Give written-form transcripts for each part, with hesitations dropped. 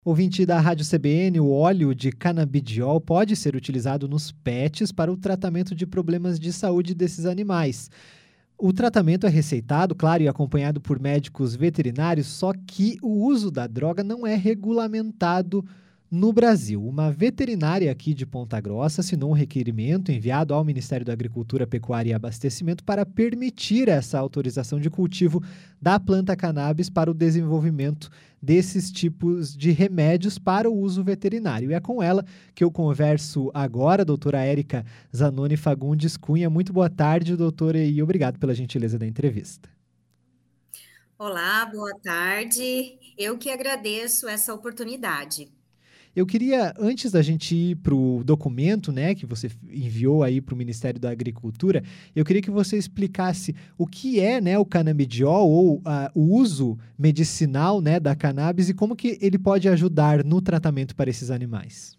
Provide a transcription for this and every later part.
Ouvinte da Rádio CBN, o óleo de canabidiol pode ser utilizado nos pets para o tratamento de problemas de saúde desses animais. O tratamento é receitado, claro, e acompanhado por médicos veterinários, só que o uso da droga não é regulamentado no Brasil. Uma veterinária aqui de Ponta Grossa assinou um requerimento enviado ao Ministério da Agricultura, Pecuária e Abastecimento para permitir essa autorização de cultivo da planta cannabis para o desenvolvimento desses tipos de remédios para o uso veterinário. E é com ela que eu converso agora, doutora Érica Zanoni Fagundes Cunha. Muito boa tarde, doutora, e obrigado pela gentileza da entrevista. Olá, boa tarde. Eu que agradeço essa oportunidade. Eu queria, antes da gente ir para o documento, né, que você enviou aí para o Ministério da Agricultura, eu queria que você explicasse o que é, né, o canabidiol ou o uso medicinal, né, da cannabis e como que ele pode ajudar no tratamento para esses animais.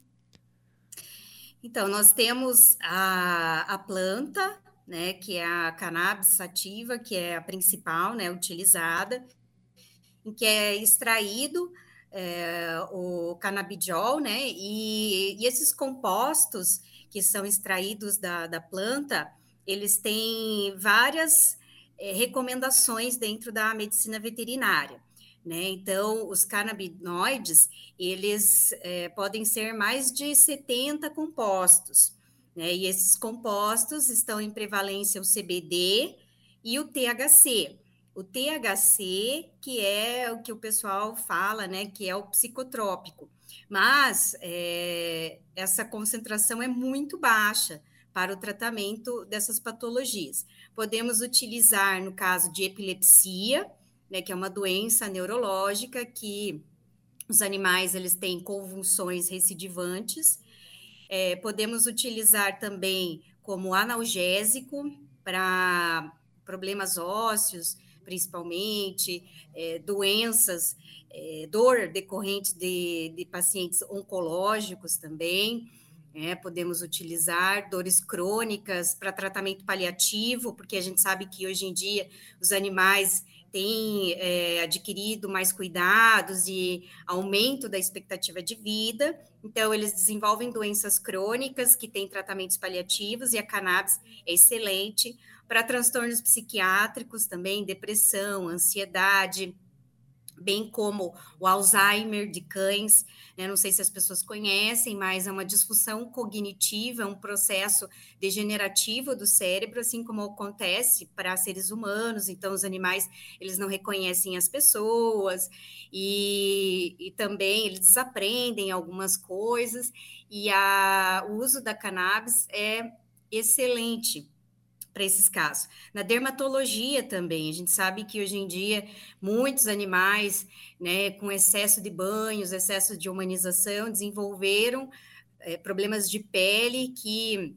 Então, nós temos a planta, né, que é a cannabis sativa, que é a principal, né, utilizada, em que é extraído o canabidiol, né, e esses compostos que são extraídos da planta, eles têm várias recomendações dentro da medicina veterinária, né? Então, os canabinoides, eles podem ser mais de 70 compostos, né? E esses compostos estão em prevalência o CBD e o THC. O THC, que é o que o pessoal fala, né, que é o psicotrópico, mas essa concentração é muito baixa para o tratamento dessas patologias. Podemos utilizar no caso de epilepsia, né, que é uma doença neurológica que os animais eles têm convulsões recidivantes. Podemos utilizar também como analgésico para problemas ósseos, principalmente, doenças, dor decorrente de pacientes oncológicos também. Podemos utilizar dores crônicas para tratamento paliativo, porque a gente sabe que hoje em dia os animais têm adquirido mais cuidados e aumento da expectativa de vida, então eles desenvolvem doenças crônicas que têm tratamentos paliativos e a cannabis é excelente para transtornos psiquiátricos também, depressão, ansiedade, bem como o Alzheimer de cães, né? Não sei se as pessoas conhecem, mas é uma disfunção cognitiva, é um processo degenerativo do cérebro, assim como acontece para seres humanos. Então, os animais, eles não reconhecem as pessoas e também eles desaprendem algumas coisas e o uso da cannabis é excelente para esses casos. Na dermatologia também, a gente sabe que hoje em dia muitos animais, né, com excesso de banhos, excesso de humanização, desenvolveram problemas de pele que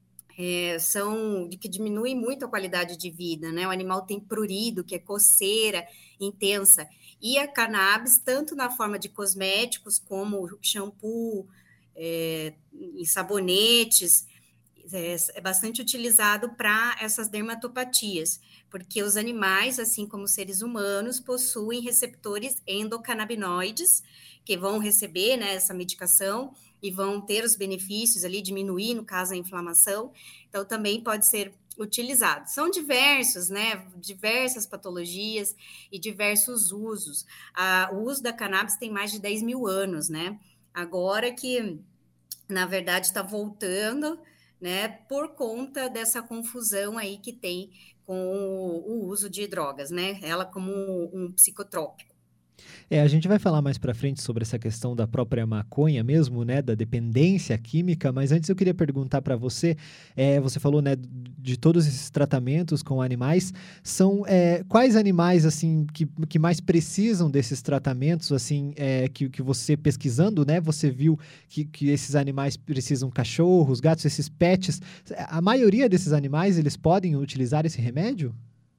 que diminuem muito a qualidade de vida, né? O animal tem prurido, que é coceira intensa, e a cannabis, tanto na forma de cosméticos, como shampoo, e sabonetes, é bastante utilizado para essas dermatopatias, porque os animais, assim como os seres humanos, possuem receptores endocannabinoides que vão receber, né, essa medicação e vão ter os benefícios ali, diminuir, no caso, a inflamação. Então, também pode ser utilizado. São diversos, né, diversas patologias e diversos usos. O uso da cannabis tem mais de 10 mil anos, né? Agora que, na verdade, está voltando, né, por conta dessa confusão aí que tem com o uso de drogas, né, ela como um psicotrópico. A gente vai falar mais para frente sobre essa questão da própria maconha mesmo, né, da dependência química, mas antes eu queria perguntar para você, você falou, né, de todos esses tratamentos com animais, são quais animais, assim, que mais precisam desses tratamentos, assim, que você pesquisando, né, você viu que esses animais precisam cachorros, gatos, esses pets, a maioria desses animais, eles podem utilizar esse remédio?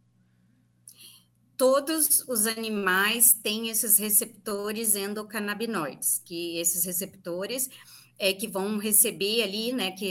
Todos os animais têm esses receptores endocannabinoides, que esses receptores que vão receber ali, né, que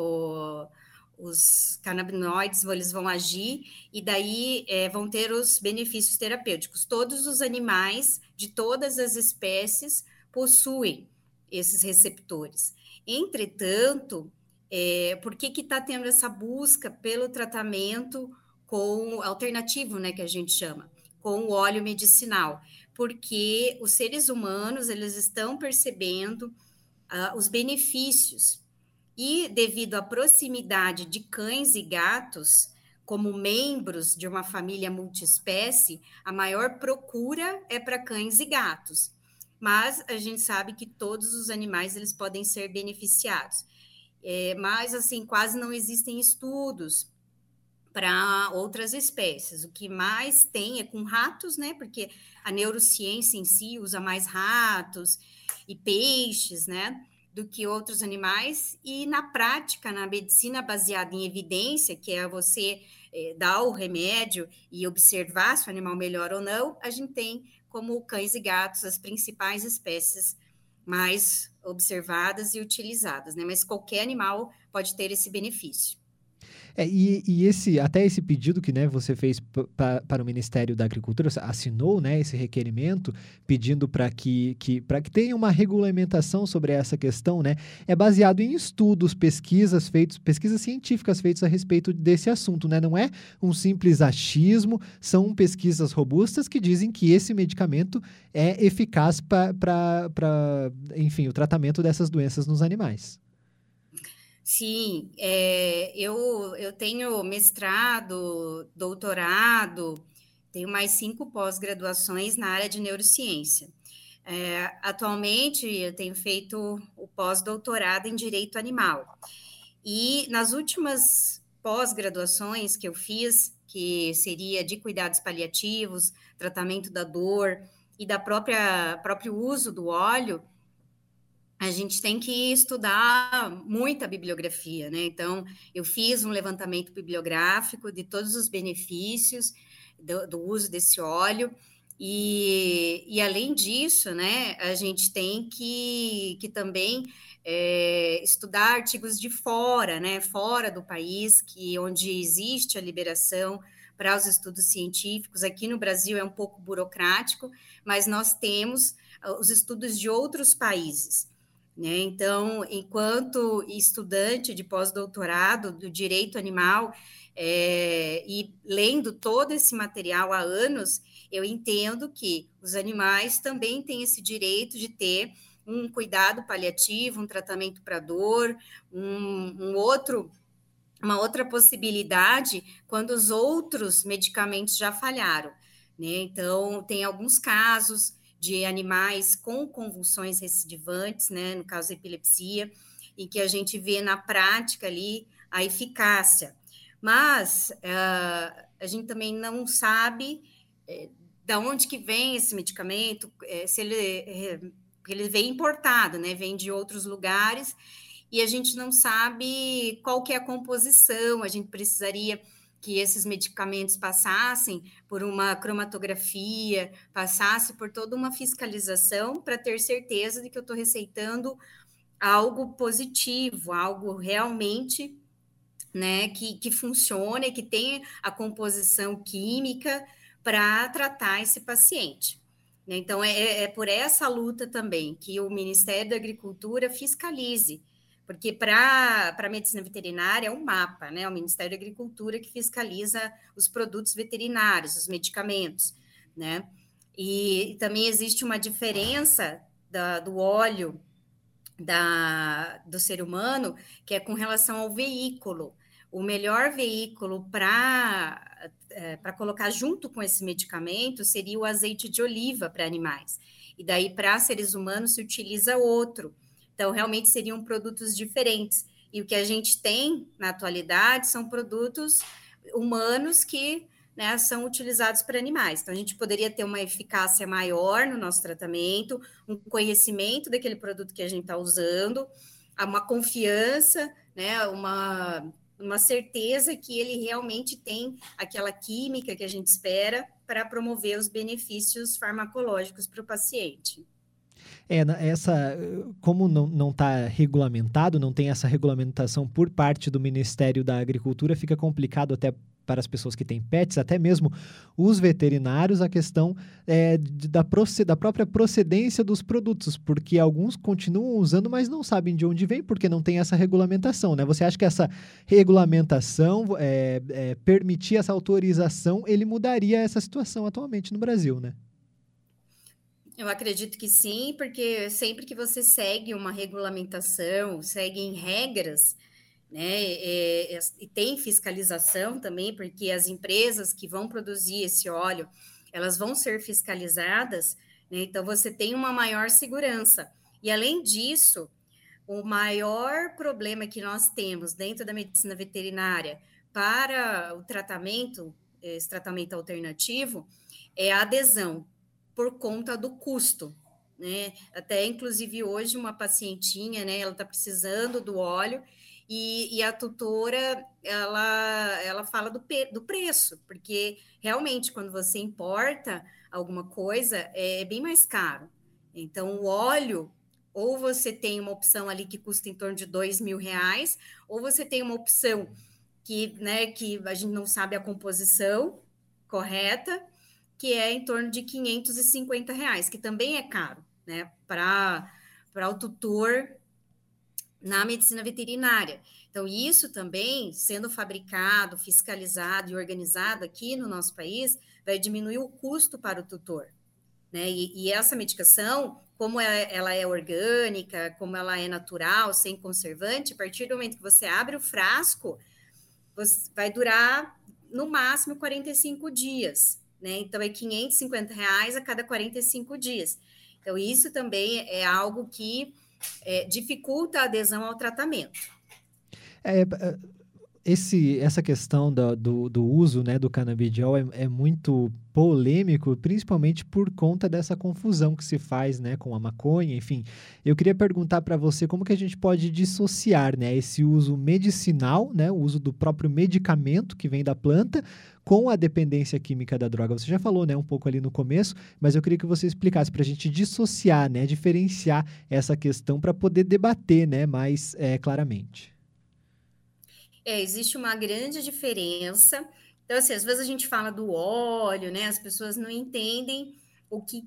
os canabinoides eles vão agir e daí vão ter os benefícios terapêuticos. Todos os animais de todas as espécies possuem esses receptores. Entretanto, por que está tendo essa busca pelo tratamento com alternativo, né, que a gente chama, com o óleo medicinal? Porque os seres humanos, eles estão percebendo os benefícios e devido à proximidade de cães e gatos como membros de uma família multiespécie, a maior procura é para cães e gatos. Mas a gente sabe que todos os animais eles podem ser beneficiados. Mas, assim, quase não existem estudos para outras espécies. O que mais tem é com ratos, né? Porque a neurociência em si usa mais ratos e peixes, né? Do que outros animais. E na prática, na medicina baseada em evidência, que é você dar o remédio e observar se o animal melhora ou não, a gente tem como cães e gatos as principais espécies mais observadas e utilizadas, né? Mas qualquer animal pode ter esse benefício. Até esse pedido que, né, você fez para o Ministério da Agricultura, você assinou, né, esse requerimento pedindo para que tenha uma regulamentação sobre essa questão, né, é baseado em estudos, pesquisas científicas feitas a respeito desse assunto, né, não é um simples achismo, são pesquisas robustas que dizem que esse medicamento é eficaz enfim, o tratamento dessas doenças nos animais. Sim, eu tenho mestrado, doutorado, tenho mais 5 pós-graduações na área de neurociência. Atualmente, eu tenho feito o pós-doutorado em direito animal. E nas últimas pós-graduações que eu fiz, que seria de cuidados paliativos, tratamento da dor e da próprio uso do óleo, a gente tem que estudar muita bibliografia, né? Então, eu fiz um levantamento bibliográfico de todos os benefícios do uso desse óleo, e além disso, né, a gente tem que também estudar artigos de fora, né, fora do país, onde existe a liberação para os estudos científicos. Aqui no Brasil é um pouco burocrático, mas nós temos os estudos de outros países. Né? Então, enquanto estudante de pós-doutorado do direito animal e lendo todo esse material há anos, eu entendo que os animais também têm esse direito de ter um cuidado paliativo, um tratamento para dor, uma outra possibilidade quando os outros medicamentos já falharam. Né? Então, tem alguns casos de animais com convulsões recidivantes, né, no caso da epilepsia, em que a gente vê na prática ali a eficácia. Mas a gente também não sabe de onde que vem esse medicamento, se ele vem importado, né, vem de outros lugares, e a gente não sabe qual que é a composição, a gente precisaria que esses medicamentos passassem por uma cromatografia, passasse por toda uma fiscalização para ter certeza de que eu estou receitando algo positivo, algo realmente, né, que funcione, que tenha a composição química para tratar esse paciente. Então, é por essa luta também que o Ministério da Agricultura fiscalize, porque para a medicina veterinária é um mapa, né? O Ministério da Agricultura que fiscaliza os produtos veterinários, os medicamentos, né? E também existe uma diferença do óleo do ser humano, que é com relação ao veículo. O melhor veículo para colocar junto com esse medicamento seria o azeite de oliva para animais. E daí, para seres humanos, se utiliza outro. Então, realmente seriam produtos diferentes. E o que a gente tem na atualidade são produtos humanos que, né, são utilizados para animais. Então, a gente poderia ter uma eficácia maior no nosso tratamento, um conhecimento daquele produto que a gente está usando, uma confiança, né, uma certeza que ele realmente tem aquela química que a gente espera para promover os benefícios farmacológicos para o paciente. Como não está regulamentado, não tem essa regulamentação por parte do Ministério da Agricultura, fica complicado até para as pessoas que têm pets, até mesmo os veterinários, a questão da própria procedência dos produtos, porque alguns continuam usando, mas não sabem de onde vem, porque não tem essa regulamentação, né? Você acha que essa regulamentação, permitir essa autorização, ele mudaria essa situação atualmente no Brasil, né? Eu acredito que sim, porque sempre que você segue uma regulamentação, segue em regras, né, e tem fiscalização também, porque as empresas que vão produzir esse óleo, elas vão ser fiscalizadas, né, então você tem uma maior segurança. E além disso, o maior problema que nós temos dentro da medicina veterinária para o tratamento, esse tratamento alternativo, é a adesão por conta do custo, né? Até, inclusive, hoje, uma pacientinha, né, ela está precisando do óleo e a tutora, ela fala do preço, porque, realmente, quando você importa alguma coisa, é bem mais caro. Então, o óleo, ou você tem uma opção ali que custa em torno de R$ 2.000, ou você tem uma opção né, que a gente não sabe a composição correta, que é em torno de R$ 550, que também é caro, né, para o tutor na medicina veterinária. Então, isso também, sendo fabricado, fiscalizado e organizado aqui no nosso país, vai diminuir o custo para o tutor, né? E essa medicação, como ela é orgânica, como ela é natural, sem conservante, a partir do momento que você abre o frasco, vai durar no máximo 45 dias, né? Então, é R$ 550 a cada 45 dias. Então, isso também é algo que dificulta a adesão ao tratamento. Essa questão do uso, né, do canabidiol é muito polêmico, principalmente por conta dessa confusão que se faz, né, com a maconha, enfim. Eu queria perguntar para você como que a gente pode dissociar, né, esse uso medicinal, né, o uso do próprio medicamento que vem da planta, com a dependência química da droga. Você já falou, né, um pouco ali no começo, mas eu queria que você explicasse para a gente dissociar, né, diferenciar essa questão para poder debater, né, mais claramente. Existe uma grande diferença. Então, assim, às vezes a gente fala do óleo, né? As pessoas não entendem o que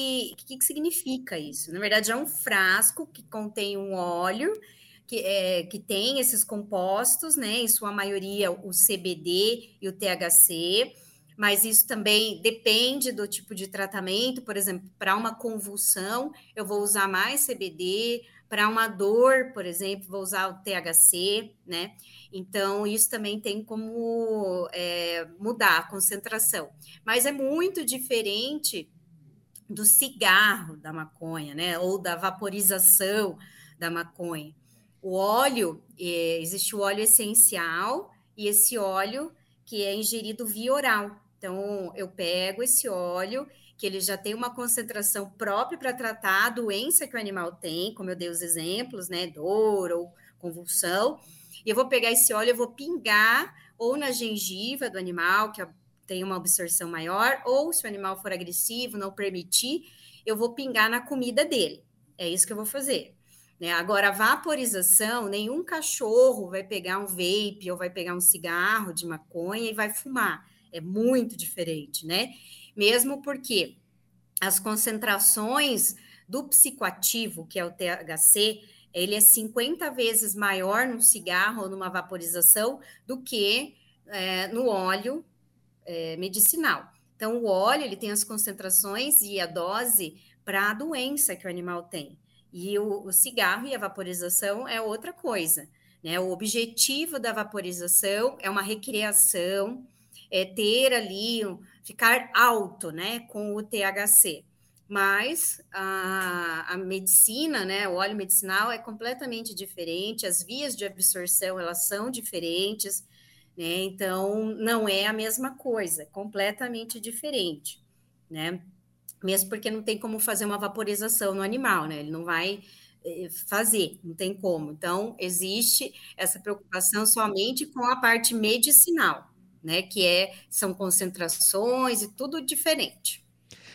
significa isso. Na verdade, é um frasco que contém um óleo que tem esses compostos, né? Em sua maioria, o CBD e o THC, mas isso também depende do tipo de tratamento. Por exemplo, para uma convulsão, eu vou usar mais CBD. Para uma dor, por exemplo, vou usar o THC, né? Então, isso também tem como mudar a concentração. Mas é muito diferente do cigarro da maconha, né? Ou da vaporização da maconha. O óleo, existe o óleo essencial e esse óleo que é ingerido via oral. Então, eu pego esse óleo, que ele já tem uma concentração própria para tratar a doença que o animal tem, como eu dei os exemplos, né? Dor ou convulsão. E eu vou pegar esse óleo, eu vou pingar ou na gengiva do animal, que tem uma absorção maior, ou se o animal for agressivo, não permitir, eu vou pingar na comida dele. É isso que eu vou fazer. Né? Agora, a vaporização, nenhum cachorro vai pegar um vape ou vai pegar um cigarro de maconha e vai fumar. É muito diferente, né? Mesmo porque as concentrações do psicoativo, que é o THC, ele é 50 vezes maior num cigarro ou numa vaporização do que no óleo medicinal. Então, o óleo ele tem as concentrações e a dose para a doença que o animal tem. E o cigarro e a vaporização é outra coisa, né? O objetivo da vaporização é uma recreação, é ter ali, ficar alto, né, com o THC. Mas a medicina, né, o óleo medicinal é completamente diferente, as vias de absorção, elas são diferentes, né? Então, não é a mesma coisa, completamente diferente, né? Mesmo porque não tem como fazer uma vaporização no animal, né? Ele não vai fazer, não tem como. Então, existe essa preocupação somente com a parte medicinal, né? Que são concentrações e tudo diferente.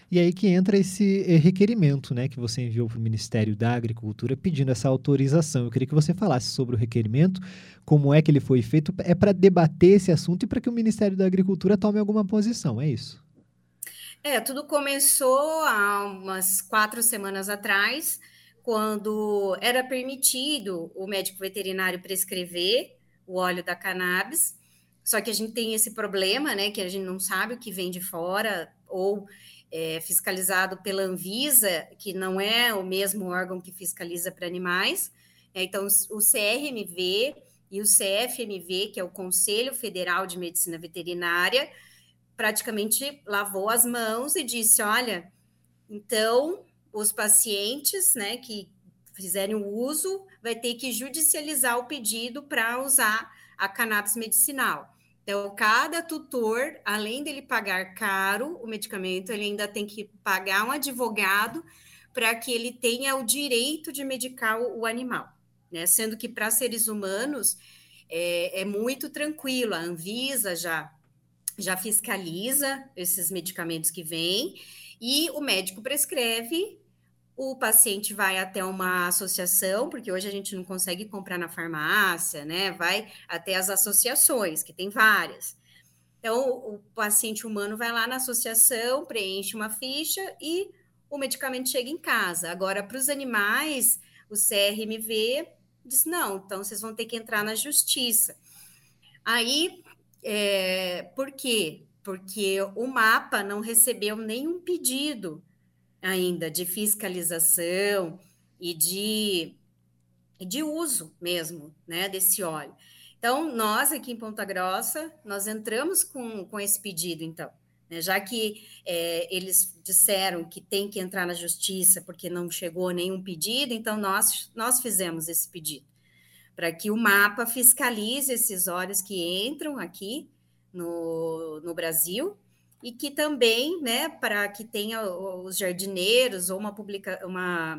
E aí que entra esse requerimento, né, que você enviou para o Ministério da Agricultura pedindo essa autorização. Eu queria que você falasse sobre o requerimento, como é que ele foi feito, é para debater esse assunto e para que o Ministério da Agricultura tome alguma posição, é isso? Tudo começou há umas 4 semanas atrás, quando era permitido o médico veterinário prescrever o óleo da cannabis, só que a gente tem esse problema, né, que a gente não sabe o que vem de fora, ou é fiscalizado pela Anvisa, que não é o mesmo órgão que fiscaliza para animais. Então, o CRMV e o CFMV, que é o Conselho Federal de Medicina Veterinária, praticamente lavou as mãos e disse: olha, então os pacientes, né, que fizerem o uso, vai ter que judicializar o pedido para usar a cannabis medicinal. Então, cada tutor, além dele pagar caro o medicamento, ele ainda tem que pagar um advogado para que ele tenha o direito de medicar o animal, né? Sendo que para seres humanos é muito tranquilo, a Anvisa já fiscaliza esses medicamentos que vêm e o médico prescreve, o paciente vai até uma associação, porque hoje a gente não consegue comprar na farmácia, né? Vai até as associações, que tem várias. Então, o paciente humano vai lá na associação, preenche uma ficha e o medicamento chega em casa. Agora, para os animais, o CRMV diz: não, então vocês vão ter que entrar na justiça. Aí, por quê? Porque o MAPA não recebeu nenhum pedido ainda de fiscalização e de uso mesmo, né, desse óleo. Então, nós aqui em Ponta Grossa, nós entramos com esse pedido, então, né, já que eles disseram que tem que entrar na justiça porque não chegou nenhum pedido, então nós fizemos esse pedido, para que o MAPA fiscalize esses óleos que entram aqui no Brasil e que também, né, para que tenha os jardineiros ou uma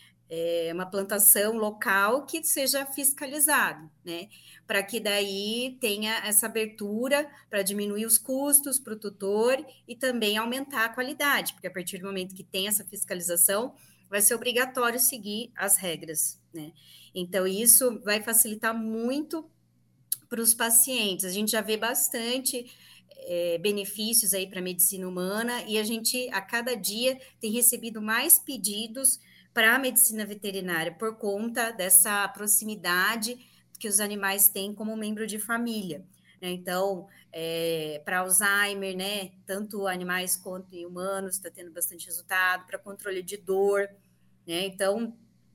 plantação local que seja fiscalizado, né, para que daí tenha essa abertura para diminuir os custos para o tutor e também aumentar a qualidade, porque a partir do momento que tem essa fiscalização, vai ser obrigatório seguir as regras, né? Então, isso vai facilitar muito para os pacientes. A gente já vê bastante benefícios aí para a medicina humana e a gente, a cada dia, tem recebido mais pedidos para a medicina veterinária por conta dessa proximidade que os animais têm como membro de família, né? Então, para Alzheimer, né, tanto animais quanto humanos, está tendo bastante resultado, para controle de dor, né? Então,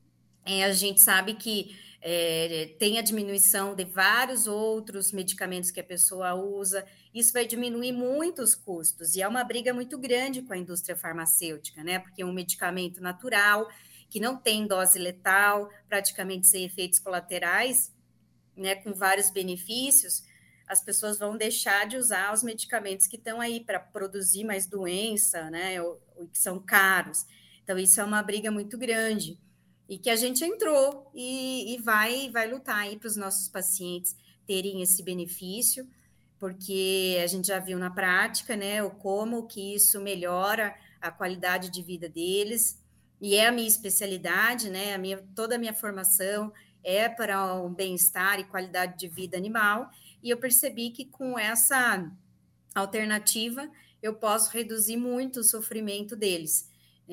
a gente sabe que tem a diminuição de vários outros medicamentos que a pessoa usa, isso vai diminuir muito os custos, e é uma briga muito grande com a indústria farmacêutica, né? Porque é um medicamento natural, que não tem dose letal, praticamente sem efeitos colaterais, né, com vários benefícios, as pessoas vão deixar de usar os medicamentos que estão aí para produzir mais doença, né, ou que são caros. Então, isso é uma briga muito grande e que a gente entrou e vai lutar aí para os nossos pacientes terem esse benefício, porque a gente já viu na prática, né, o como que isso melhora a qualidade de vida deles, e é a minha especialidade, né, toda a minha formação é para o bem-estar e qualidade de vida animal, e eu percebi que com essa alternativa eu posso reduzir muito o sofrimento deles,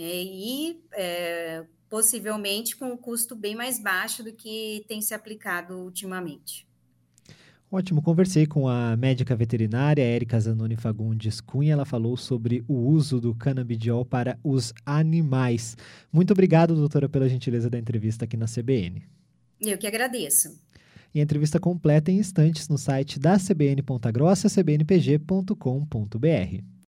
possivelmente com um custo bem mais baixo do que tem se aplicado ultimamente. Ótimo, conversei com a médica veterinária Érica Zanoni Fagundes Cunha, ela falou sobre o uso do canabidiol para os animais. Muito obrigado, doutora, pela gentileza da entrevista aqui na CBN. Eu que agradeço. E a entrevista completa em instantes no site da CBN Ponta Grossa, cbnpg.com.br.